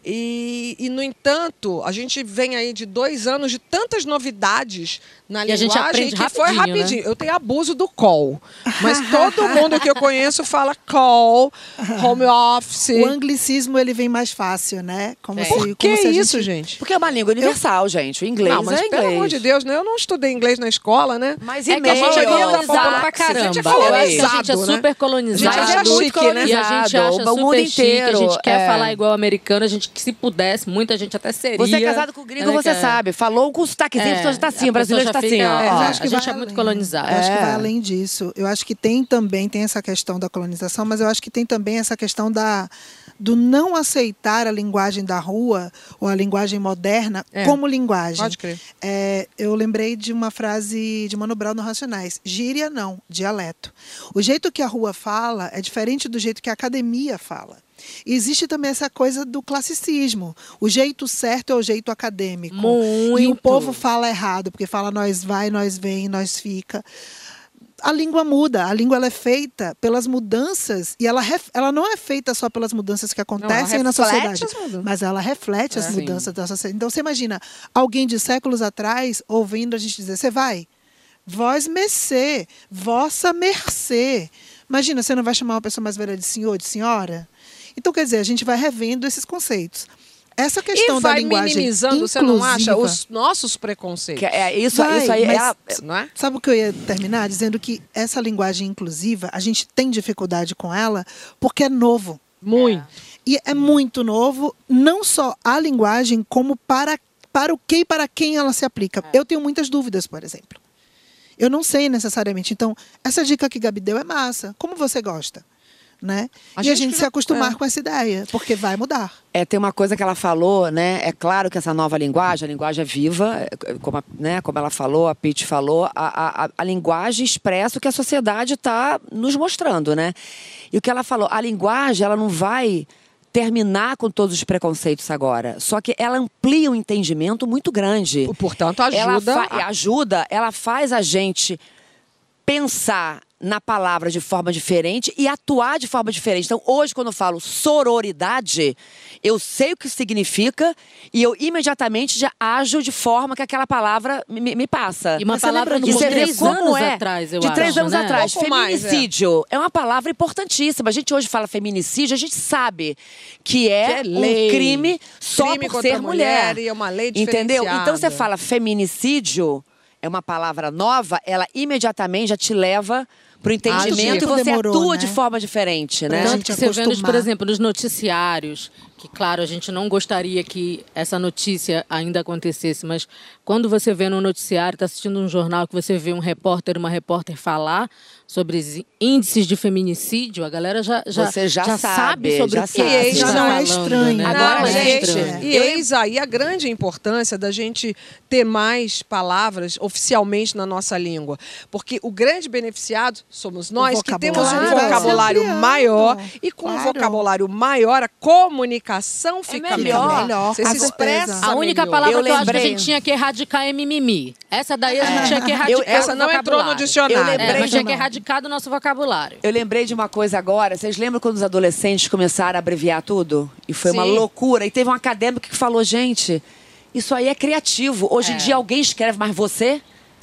E, e, no entanto, a gente vem aí de dois anos de tantas novidades na e linguagem a gente que foi rapidinho. Né? Eu tenho abuso do call, mas todo mundo que eu conheço fala call, home office. O anglicismo ele vem mais fácil, né? Como é. se, Por que como se isso, gente... gente? Porque é uma língua universal, eu... gente. O inglês não, mas é inglês. Pelo amor de Deus, né? Eu não estudei inglês na escola, né? Mas é que a gente é colonizado pra caramba. A gente é, colonizado, a gente é super colonizado. A gente é muito chique, colonizado, né? E a gente acha o super mundo chique, inteiro, a gente quer é. falar igual americano, a gente que se pudesse, muita gente até seria. Você é casado com gringo, você quer... sabe. Falou com sotaquezinho, a pessoa já tá assim, o brasileiro já tá assim, ó. É, ó. acho que a gente vai é muito além. colonizado. Eu acho que É. vai além disso. Eu acho que tem também, tem essa questão da colonização, mas eu acho que tem também essa questão da, do não aceitar a linguagem da rua ou a linguagem moderna É. como linguagem. Pode crer. É, eu lembrei de uma frase de Mano Brown no Racionais. Gíria não, dialeto. O jeito que a rua fala é diferente do jeito que a academia fala. E existe também essa coisa do classicismo. O jeito certo é o jeito acadêmico. Muito. E o povo fala errado, porque fala nós vai, nós vem, nós fica. A língua muda, a língua ela é feita pelas mudanças, e ela, ref, ela não é feita só pelas mudanças que acontecem não, na sociedade, as mudanças. mas ela reflete as É. mudanças da sociedade. Então você imagina, alguém de séculos atrás ouvindo a gente dizer, você vai, vós mercê, vossa mercê. Imagina, você não vai chamar uma pessoa mais velha de senhor, de senhora? Então, quer dizer, a gente vai revendo esses conceitos. Essa questão e vai da linguagem minimizando, inclusiva, você não acha, os nossos preconceitos. Que é, isso, Vai, isso aí mas- é a- Não é? Sabe o que eu ia terminar? Dizendo que essa linguagem inclusiva, a gente tem dificuldade com ela porque é novo. Muito. E é muito novo, não só a linguagem, como para, para o que e para quem ela se aplica. Eu tenho muitas dúvidas, por exemplo. Eu não sei necessariamente. Então, essa dica que Gabi deu é massa. Como você gosta? Né? A e gente a gente que se já- acostumar é. com essa ideia, porque vai mudar. É, tem uma coisa que ela falou, né? É claro que essa nova linguagem, a linguagem é viva, é, como, a- né? como ela falou, a Pete falou, a, a, a linguagem expressa o que a sociedade está nos mostrando, né? E o que ela falou, a linguagem, ela não vai terminar com todos os preconceitos agora, só que ela amplia um entendimento muito grande. Portanto, ajuda. Ela fa- a- ajuda, ela faz a gente pensar na palavra de forma diferente e atuar de forma diferente. Então, hoje, quando eu falo sororidade, eu sei o que significa e eu imediatamente já ajo de forma que aquela palavra me, me passa. E uma Mas você palavra lembra de no você vê três como anos é? atrás, eu de acho, três anos né? atrás. Um pouco mais, Feminicídio é. é uma palavra importantíssima. A gente hoje fala feminicídio, a gente sabe que é, Que é lei. um crime só Crime por contra ser a mulher. mulher e é uma lei Entendeu? diferenciada. Então você fala feminicídio, é uma palavra nova, ela imediatamente já te leva para o entendimento e você Demorou, atua né? de forma diferente, né? Pra Tanto gente que você vê, nos, acostumar. por exemplo, nos noticiários, que, claro, a gente não gostaria que essa notícia ainda acontecesse, mas quando você vê no noticiário, está assistindo um jornal, que você vê um repórter, uma repórter falar sobre os índices de feminicídio, a galera já, já, Você já sabe, sabe sobre já o que sabe. você E está já não é falando, estranho. né? Agora, Não é gente, estranho. E eis aí a grande importância da gente ter mais palavras oficialmente na nossa língua. Porque o grande beneficiado somos nós, que temos um vocabulário vai se vocabulário ampliando. maior. E com um Claro. vocabulário maior, a comunicação fica melhor. Melhor, Você com se certeza. expressa A única melhor. palavra Eu que eu acho que a lembrei. gente tinha que erradicar é mimimi. Essa daí a gente tinha que erradicar. Eu- o Essa não entrou no vocabulário. dicionário. Eu É, lembrei mas tinha de que uma- erradicar do nosso vocabulário. Eu lembrei de uma coisa agora. Vocês lembram quando os adolescentes começaram a abreviar tudo? E foi uma Sim. loucura. E teve um acadêmico que falou, gente, isso aí é criativo. Hoje em É. dia alguém escreve, mas você?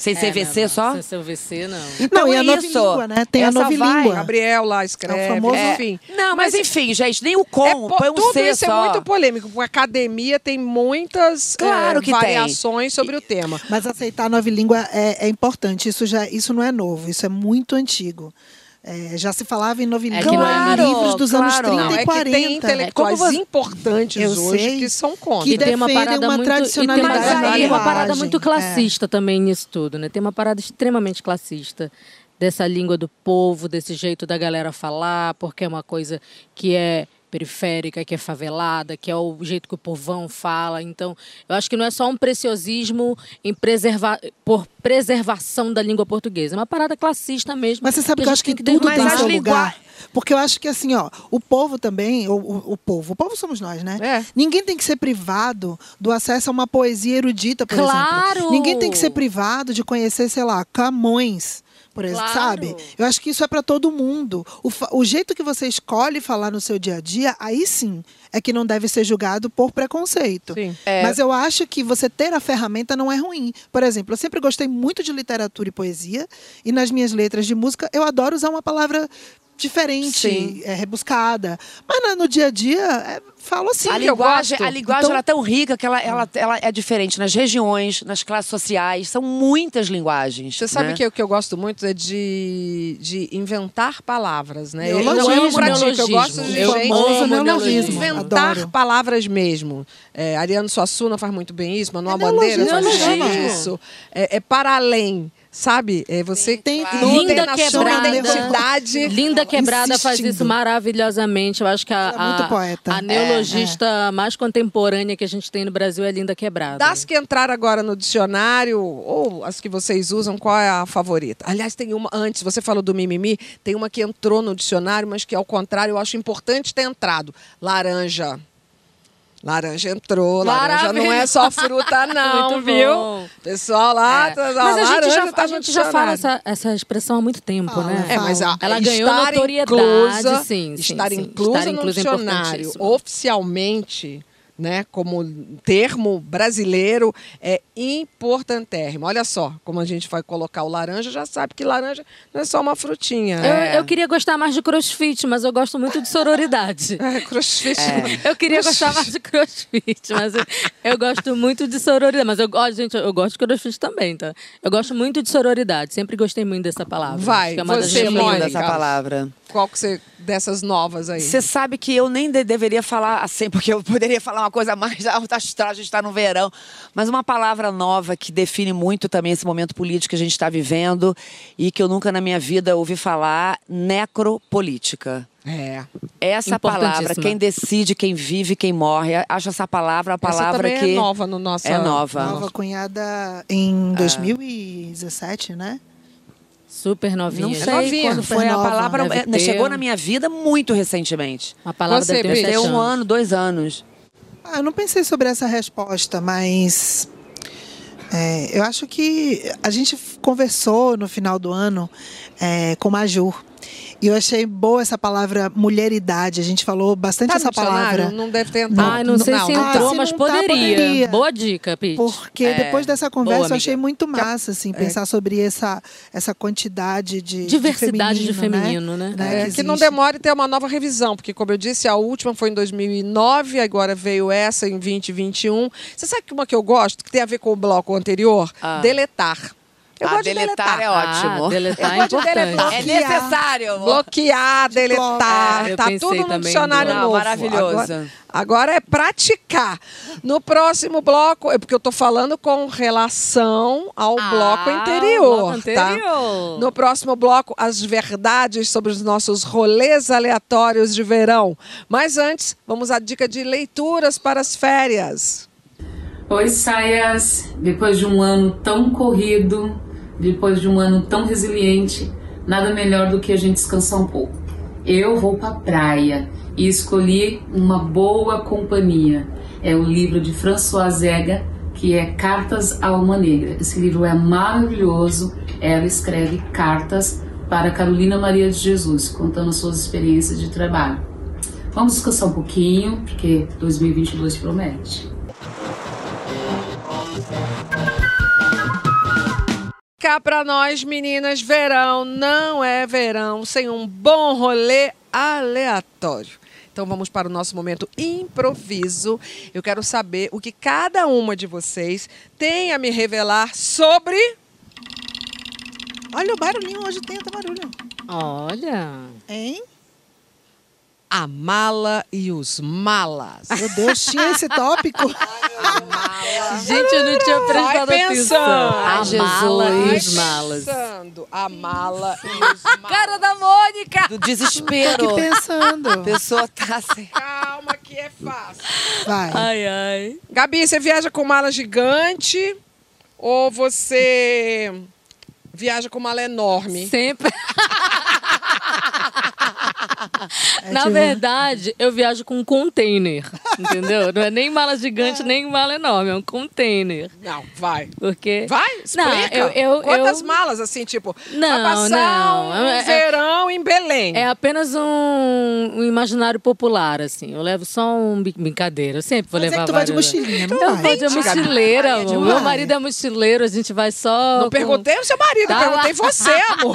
Sem ser É, V C não, só? Sem ser o V C, não. Então Não, e é a isso. novilíngua, né? Tem a Essa novilíngua. vai. Gabriel lá escreve, É o famoso- enfim. Não, mas, enfim, gente, nem o com, É po- põe um tudo C isso só. é muito polêmico, porque a academia tem muitas Claro eh, que tem. variações sobre o tema. Mas aceitar a novilíngua é, é importante. Isso, já, isso não é novo, isso é muito antigo. É, já se falava em novilíngua É que não é em novo, livros dos claro. anos trinta Não, e é que quarenta. tem intelectuais como você- importantes Eu hoje sei que são contra. que E tem uma defendem parada uma muito, e tem uma, tradicionalidade parada- da e uma parada linguagem. muito classista também nisso tudo, né? Tem uma parada extremamente classista dessa língua do povo, desse jeito da galera falar, porque é uma coisa que é periférica, que é favelada, que é o jeito que o povão fala. Então, eu acho que não é só um preciosismo em preservar, por preservação da língua portuguesa. É uma parada classista mesmo. Mas você sabe que, a eu gente acho que, tem tudo derrubar. tem Mas seu as lugar. lingua- Porque eu acho que assim, ó, o povo também, o, o, o povo, o povo somos nós, né? É. Ninguém tem que ser privado do acesso a uma poesia erudita, por Claro! exemplo. Ninguém tem que ser privado de conhecer, sei lá, Camões. Por exemplo, Claro. sabe? Eu acho que isso é para todo mundo. O, fa- o jeito que você escolhe falar no seu dia a dia, aí sim é que não deve ser julgado por preconceito. Sim. Mas eu acho que você ter a ferramenta não é ruim. Por exemplo, eu sempre gostei muito de literatura e poesia, e nas minhas letras de música eu adoro usar uma palavra diferente, Sim. é, rebuscada. Mas na- no dia a dia, é, falo assim. A que eu linguagem, gosto. a linguagem Então- ela é tão rica que ela, ela, ela é diferente nas regiões, nas classes sociais. São muitas linguagens. Você sabe né? que o que eu gosto muito é de, de inventar palavras, né? Neologismo, Não é uma prática, eu gosto de Eu gente amo que neologismo, inventar adoro. palavras mesmo. É, Ariano Suassuna faz muito bem isso, Manuel É Bandeira faz neologismo. isso. É, é para além, sabe? É você Tem não Linda ter na sua Quebrada. identidade. Linda Quebrada faz insistindo. isso maravilhosamente. Eu acho que a, Ela é muito a- poeta. a neologista mais contemporânea que a gente tem no Brasil é Linda Quebrada. Das que entraram agora no dicionário, ou as que vocês usam, qual é a favorita? Aliás, tem uma, antes, você falou do mimimi, tem uma que entrou no dicionário, mas que ao contrário eu acho importante ter entrado. Laranja. Laranja entrou, laranja não é só fruta não, Muito viu? bom. Pessoal lá, É. tá, Mas a gente laranja já, tá a no gente já fala dicionário. essa, essa expressão há muito tempo, Fala, né? É, mas a, Ela ganhou estar notoriedade, inclusa, sim, sim, estar sim. inclusa Estar no inclusa é dicionário importantíssimo. oficialmente, né, como termo brasileiro, é importantérrimo. Olha só, como a gente vai colocar o laranja, já sabe que laranja não é só uma frutinha. Eu, É, eu queria gostar mais de crossfit, mas eu gosto muito de sororidade. é crossfit. Eu queria gostar mais de crossfit, mas eu, eu gosto muito de sororidade. Mas eu gosto, gente, eu gosto de crossfit também, tá? Eu gosto muito de sororidade. Sempre gostei muito dessa palavra. Vai, Acho que é uma das você, minhas Mônica. favoritas. Essa palavra. Qual que você, dessas novas aí? Você sabe que eu nem de- deveria falar assim, porque eu poderia falar uma coisa mais alta astral, a gente está no verão. Mas uma palavra nova que define muito também esse momento político que a gente está vivendo e que eu nunca na minha vida ouvi falar, necropolítica. É. Essa palavra, Importantíssima. quem decide, quem vive, quem morre, acho essa palavra a palavra Essa também que é nova no nosso... é nova. Nova cunhada em dois mil e dezessete, né? Super novinha. Não gente. sei novinha. quando foi a Nova. palavra, Deve é, ter chegou um- na minha vida muito recentemente. Uma palavra Você, deve ter uns Pri? sete Tem um anos. ano, dois anos. Ah, eu não pensei sobre essa resposta, mas é, eu acho que a gente conversou no final do ano é, com Majur. E eu achei boa essa palavra mulheridade. A gente falou bastante Tá no essa dicionário? palavra. Não deve ter entrado. Ai, não sei se Ah, entrou, se mas não tá, poderia. poderia. Boa dica, Pete. Porque É, depois dessa boa, conversa eu amiga. achei muito massa, assim, pensar sobre essa, essa quantidade de Diversidade de de feminino, feminino, né? né? É, que não demore ter uma nova revisão, porque, como eu disse, a última foi em dois mil e nove, agora veio essa em vinte e vinte e um. Você sabe que uma que eu gosto, que tem a ver com o bloco anterior? Ah. Deletar. Eu Ah, gosto de deletar deletar. é ótimo. Ah, deletar é Eu gosto de importante. deletar. É necessário. amor. Bloquear, deletar, É, eu tá pensei tudo no também dicionário no- Não, novo. maravilhoso. Agora, agora é praticar. No próximo bloco, é porque eu tô falando com relação ao Ah, bloco o anterior, bloco tá? anterior. No próximo bloco, as verdades sobre os nossos rolês aleatórios de verão. Mas antes, vamos à dica de leituras para as férias. Oi, Saias! Depois de um ano tão corrido, depois de um ano tão resiliente, nada melhor do que a gente descansar um pouco. Eu vou pra praia e escolhi uma boa companhia. É o livro de François Zega, que é Cartas à Alma Negra. Esse livro é maravilhoso. Ela escreve cartas para Carolina Maria de Jesus, contando suas experiências de trabalho. Vamos descansar um pouquinho, porque dois mil e vinte e dois promete. cá pra nós, meninas, verão não é verão sem um bom rolê aleatório. Então vamos para o nosso momento improviso. Eu quero saber o que cada uma de vocês tem a me revelar sobre... Olha o barulhinho, hoje tem até barulho. Olha. Hein? A mala e os malas. Meu Deus, tinha esse tópico? Gente, eu não tinha prestado Vai atenção. pensando. A Ai, mala e Vai os malas. pensando. A mala e os malas. Cara da Mônica! Do desespero. Fiquei pensando. A pessoa tá assim. Calma que é fácil. Vai. Ai, ai. Gabi, você viaja com mala gigante ou você viaja com mala enorme? Sempre. É Na tipo- verdade, eu viajo com um container, entendeu? Não é nem mala gigante, nem mala enorme, é um container. Não, vai. Porque... Vai, explica. Não, eu- eu- Quantas eu- malas, assim, tipo, Não, vai passar não. um É- verão em Belém. É apenas um, um imaginário popular, assim. Eu levo só um brin- brincadeira. Eu sempre vou Mas é levar que tu vai de vários- mochilinha, não Eu vai? vou de mochileira, Vai, é amor. demais. Meu marido é mochileiro, a gente vai só... Não com- perguntei o seu marido, Tá eu perguntei lá. você, amor.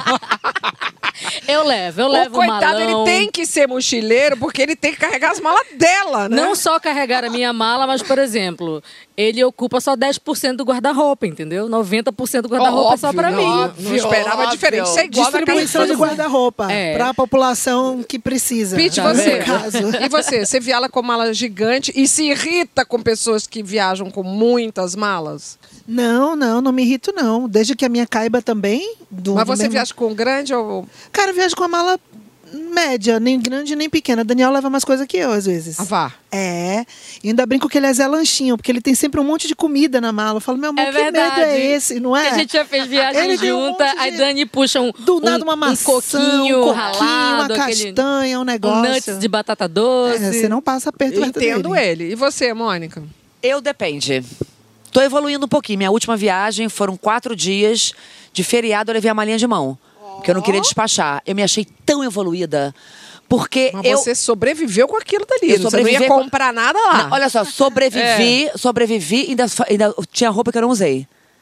Eu levo, eu O levo coitado, malão. ele tem que ser mochileiro porque ele tem que carregar as malas dela, né? Não só carregar a minha mala, mas, por exemplo, ele ocupa só dez por cento do guarda-roupa, entendeu? noventa por cento do guarda-roupa é só pra Óbvio, mim. Não, não esperava óbvio. diferente. Isso é igual na Distribuição casa de guarda-roupa É. para a população que precisa. Pete, Tá você. No caso. E você? Você viaja com mala gigante e se irrita com pessoas que viajam com muitas malas? Não, não, não me irrito, não. Desde que a minha caiba também. Do, Mas do você mesmo- viaja com grande ou... Cara, eu viajo com a mala média, nem grande nem pequena. Daniel leva mais coisa que eu, às vezes. Ah, vá. É. E ainda brinco que ele é Zé Lanchinho, porque ele tem sempre um monte de comida na mala. Eu falo, meu amor, É que verdade. medo é esse, não é? Que a gente já fez viagem Ele tem um junta, monte de- aí Dani puxa um, Do nada um, uma maçã, um coquinho um coquinho, ralado, uma aquele, castanha, um um negócio. nuts de batata doce. É, você não passa perto, Eu perto entendo dele. ele. E você, Mônica? Eu depende. Tô evoluindo um pouquinho. Minha última viagem foram quatro dias de feriado, eu levei a malinha de mão. Porque eu não queria despachar. Eu me achei tão evoluída. Porque Mas eu. você sobreviveu com aquilo dali. Eu Você não sobrevivi ia com- comprar nada lá. Não, olha só, sobrevivi, sobrevivi e ainda, fa- ainda tinha roupa que eu não usei.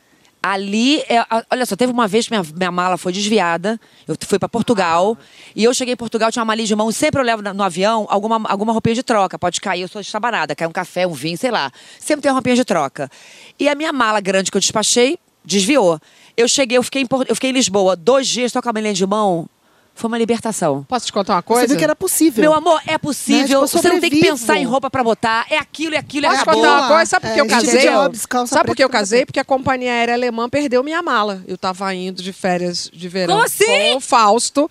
Ali, é, a- olha só, teve uma vez que minha, minha mala foi desviada, eu fui pra Portugal, e eu cheguei em Portugal, tinha uma malinha de mão, e sempre eu levo na- no avião alguma, alguma roupinha de troca, pode cair, eu sou estabanada, cai um café, um vinho, sei lá. Sempre tem uma roupinha de troca. E a minha mala grande que eu despachei, desviou. Eu cheguei, eu fiquei em, Por- eu fiquei em Lisboa, dois dias só com a malinha de mão, foi uma libertação. Posso te contar uma coisa? Você viu que era possível. Meu amor, é possível. Né? Tipo, eu Você não tem que sobrevivo. pensar em roupa pra botar. É aquilo, é aquilo, é Posso te acabou. contar uma lá. coisa? Sabe por que É, eu Steve casei? Jobs, calça Sabe por que eu preta, casei? Porque a companhia aérea alemã perdeu minha mala. Eu tava indo de férias de verão Como assim? com o Fausto.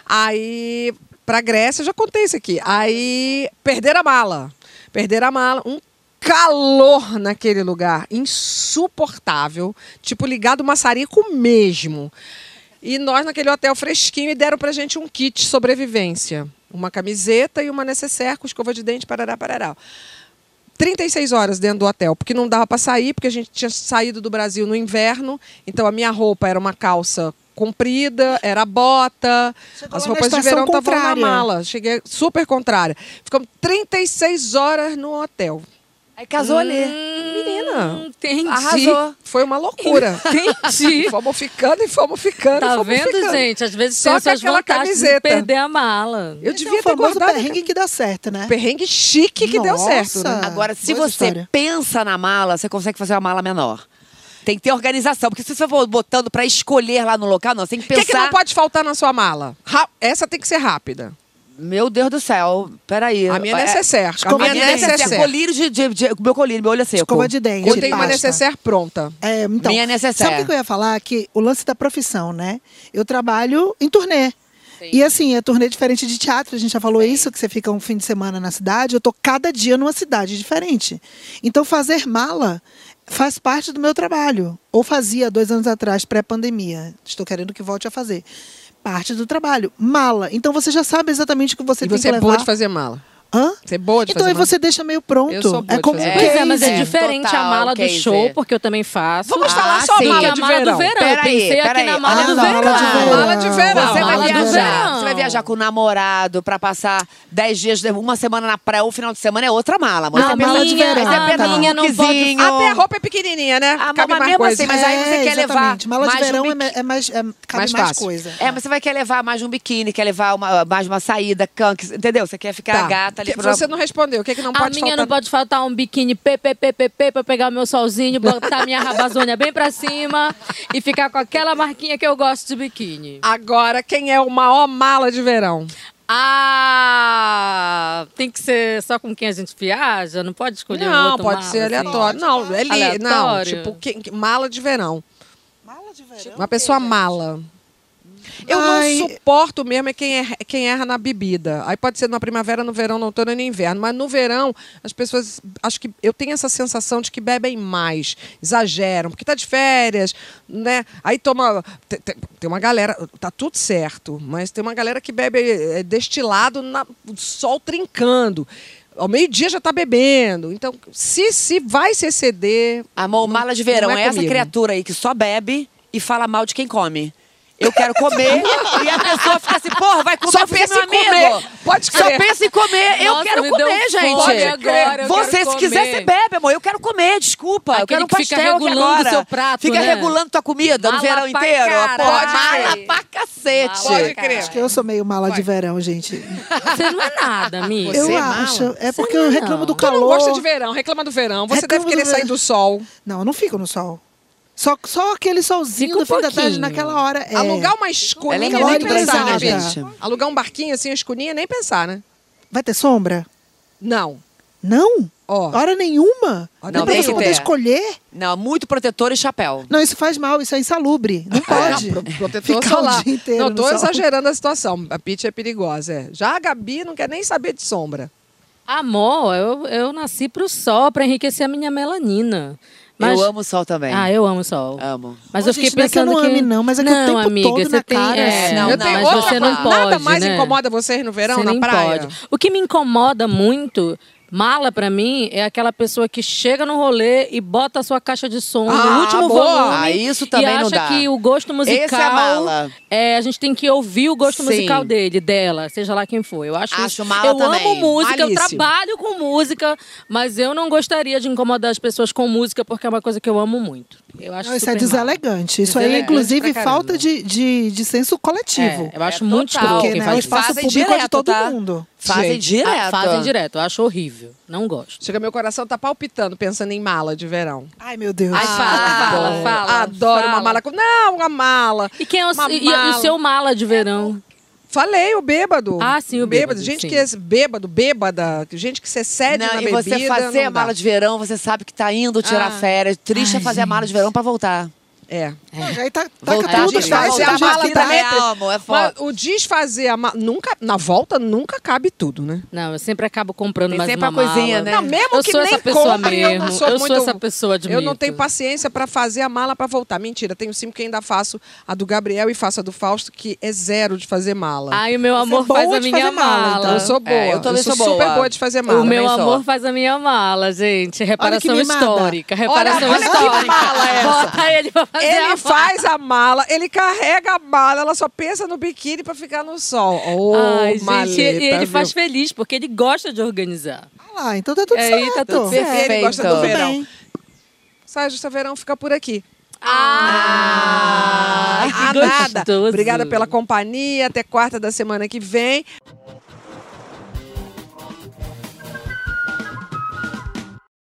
Aí, pra Grécia, eu já contei isso aqui. Aí, perderam a mala. Perderam a mala. Um calor naquele lugar. Insuportável. Tipo, ligado maçarico mesmo. E nós, naquele hotel fresquinho, e deram pra gente um kit sobrevivência. Uma camiseta e uma necessaire com escova de dente, parará, parará. trinta e seis horas dentro do hotel, porque não dava para sair, porque a gente tinha saído do Brasil no inverno. Então a minha roupa era uma calça comprida, era bota. Chegou As lá roupas na de verão estação estavam na contrária. mala. Cheguei super contrária. Ficamos trinta e seis horas no hotel. Aí casou ali. Menina, Entendi. Arrasou. foi uma loucura. Entendi. Fomos ficando e fomos ficando. Tá e fomos vendo, ficando. gente? Às vezes Só tem que as suas aquela vantagens de camiseta. perder a mala. Eu Esse devia é o ter famoso guardado. perrengue que dá certo, né? Perrengue chique que deu Nossa. certo. Né? Agora, se Boa você história. pensa na mala, você consegue fazer uma mala menor. Tem que ter organização, porque se você for botando pra escolher lá no local, não, você tem que O que, pensar... é que não pode faltar na sua mala? Ra- Essa tem que ser rápida. Meu Deus do céu, peraí. A minha é É- necessaire. A escova minha de é dente. necessaire. Colírio de, de, de... Meu colírio, meu olho é seco. Escova de dente. Eu tenho uma pasta. necessaire pronta. É, então, Minha necessaire. sabe o que eu ia falar? Que o lance da profissão, né? Eu trabalho em turnê. E assim, é turnê diferente de teatro, a gente já falou isso, que você fica um fim de semana na cidade, eu tô cada dia numa cidade diferente. Então fazer mala faz parte do meu trabalho. Ou fazia dois anos atrás, pré-pandemia. Estou querendo que volte a fazer. Parte do trabalho. Mala. Então você já sabe exatamente o que você E tem você que é levar. boa de fazer mala. Hã? Você é boa de Então fazer aí mala? você deixa meio pronto. Eu sou boa é de como fazer um mala. Pois é, mas é É, diferente a total, mala do Casey. show, porque eu também faço. Vamos Ah, falar só sim. mala Tem a de mala verão. do verão. Pera eu aí, pensei pera aqui aí. na mala Ah, do mala verão. de verão. Mala de verão. Você vai Mala de viajar. verão. Você vai viajar com o namorado pra passar dez dias, uma semana na praia, ou final de semana é outra mala, amor. A Você pensa- mala de minha, verão. Aí a você pensa num minha não pode... lookzinho. Até a roupa é pequenininha, né? Ah, Cabe mas mais mesmo coisa. assim, mas aí você É, quer levar exatamente. Mala de mais verão um é, biqui- é mais, é, cabe Mais mais, fácil. coisa. É, mas você vai querer levar mais um biquíni, quer levar uma, mais uma saída, canques, entendeu? Você quer ficar Tá. gata ali Que- pra... Você não respondeu. O que, é que não A pode minha faltar? não pode faltar um biquíni P P P P P pra pegar o meu solzinho, botar minha rabazônia bem pra cima e ficar com aquela marquinha que eu gosto de biquíni. Agora, quem é o maior mala de verão? Ah, tem que ser só com quem a gente viaja? Não pode escolher um Não, outro pode mala, ser assim? aleatório. Não, é li... não, Aleatório? tipo, quem- mala de verão. Mala de verão? Uma pessoa mala. Eu Ai. não suporto mesmo é quem, erra, quem erra na bebida. Aí pode ser na primavera, no verão, no outono e no inverno. Mas no verão, as pessoas... Acho que eu tenho essa sensação de que bebem mais, exageram, porque tá de férias, né? Aí toma... Tem, tem- tem uma galera... Tá tudo certo, mas tem uma galera que bebe é, destilado, na, o sol trincando. Ao meio-dia já tá bebendo. Então, se, se vai se exceder... Amor, não- mala de verão não é, é essa comigo. criatura aí que só bebe e fala mal de quem come. Eu quero comer e a pessoa fica assim, porra, vai comer. Só eu falei, pensa meu em amigo, comer. Pode Só crer. pensa em comer. Eu Nossa, quero me comer, deu gente. fome agora, eu você, quero se quiser, comer. você bebe, amor. Eu quero comer, desculpa. eu Aquele quero um que fica pastel aqui regulando agora. o seu prato, Fica né? regulando tua comida no Mala verão pra inteiro. caralho. Porra, Pode mala crer. pra cacete. Pode crer. Acho que eu sou meio mala de verão, gente. Você não é nada, amiga. eu é mala? acho. É Você porque não eu é, reclamo não. do Tu calor. não gosta de verão, reclama do verão. Você Reclamo deve querer do sair verão. do sol. Não, eu não fico no sol. Só, só aquele solzinho Fica um do fim da tarde pouquinho. naquela hora. É. Alugar uma Ela é escurinha, nem muito pensar, né, pesada. gente? Alugar um barquinho assim, uma escurinha, nem pensar, né? Vai ter sombra? Não. Não? Ó. Hora nenhuma? Hora Não, Não, pra tem você que poder ter. escolher? Não, muito protetor e chapéu. Não, isso faz mal, isso é insalubre. Não pode. Não, pro- protetor Ficar solar. o dia inteiro Não, no tô sol. exagerando a situação. A Pitty é perigosa, é. Já a Gabi não quer nem saber de sombra. Amor, eu, eu nasci pro sol, pra enriquecer a minha melanina. Mas... Eu amo o sol também. Ah, eu amo o sol. Amo. Mas Ô, eu fiquei gente, não é que eu pensando não que... ame, não, mas é que o tempo amiga, todo você na tem... cara, É, assim. não, eu não, tenho mas outra você não coisa. pode, Nada mais né? incomoda vocês no verão, Você na nem praia? pode. O que me incomoda muito, mala pra mim, é aquela pessoa que chega no rolê e bota a sua caixa de som Ah, no último boa. volume. Ah, isso também e não acha dá. que o gosto musical... Esse é mala. é, a gente tem que ouvir o gosto Sim. musical dele, dela, seja lá quem for. Eu acho, Acho isso- mala Eu também. amo música, eu Malíssimo. trabalho com música, mas eu não gostaria de incomodar as pessoas com música, porque é uma coisa que eu amo muito. Eu acho Não, isso é super mala. deselegante. Isso aí, Deselegante inclusive, pra caramba. falta de, de, de senso coletivo. É, eu acho É muito total. escroto Porque quem né, o faz isso. espaço Fazem público é de direto, todo tá? mundo. Fazem Gente, direto. Ah, fazem direto, eu acho horrível. Não gosto. Chega, meu coração tá palpitando pensando em mala de verão. Ai, meu Deus. Ai, fala, fala, Adoro. fala. Adoro fala. uma mala com... Não, uma mala. E quem é o, Uma e- e mala. o seu mala de verão? Falei, o bêbado. Ah, sim, o bêbado, Gente sim. que é bêbado, bêbada, gente que se excede Não, na e bebida. você fazer não a mala dá. de verão, você sabe que tá indo tirar Ah. férias. Triste é fazer a mala de verão pra voltar. É. Aí tá, taca Voltar tudo, de faz, desfazer voltar a já mala vira- também. real, amor, é Mas foda. o desfazer a mala... Nunca, na volta, nunca cabe tudo, né? Não, eu sempre acabo comprando Tem mais sempre uma a coisinha, mala. né? Não, mesmo Eu que sou nem essa pessoa compre, eu não mesmo. sou Eu sou muito... essa pessoa, admito. Eu não tenho paciência pra fazer a mala pra voltar. Mentira, tenho sim, porque ainda faço a do Gabriel e faço a do Fausto, que é zero de fazer mala. Ai, o meu Você amor é boa faz a de minha fazer mala, mala. então. eu sou boa. É, eu também sou sou super boa. boa de fazer mala. O meu também sou. amor faz a minha mala, gente. Reparação Olha que mimada. histórica. Reparação olha que histórica. mala é essa. Bota ele pra fazer a Ele mala. faz a mala, ele carrega a mala, ela só pensa no biquíni pra ficar no sol. Oh, Ai, gente, maleta, e ele viu? faz feliz, porque ele gosta de organizar. Ah lá, então tá tudo É, certo. e tá tudo certo. Ele gosta do Perfeito. verão. Bem. Saia Justa Verão fica por aqui. Ah, Ah, que nada. gostoso. Obrigada pela companhia. Até quarta da semana que vem.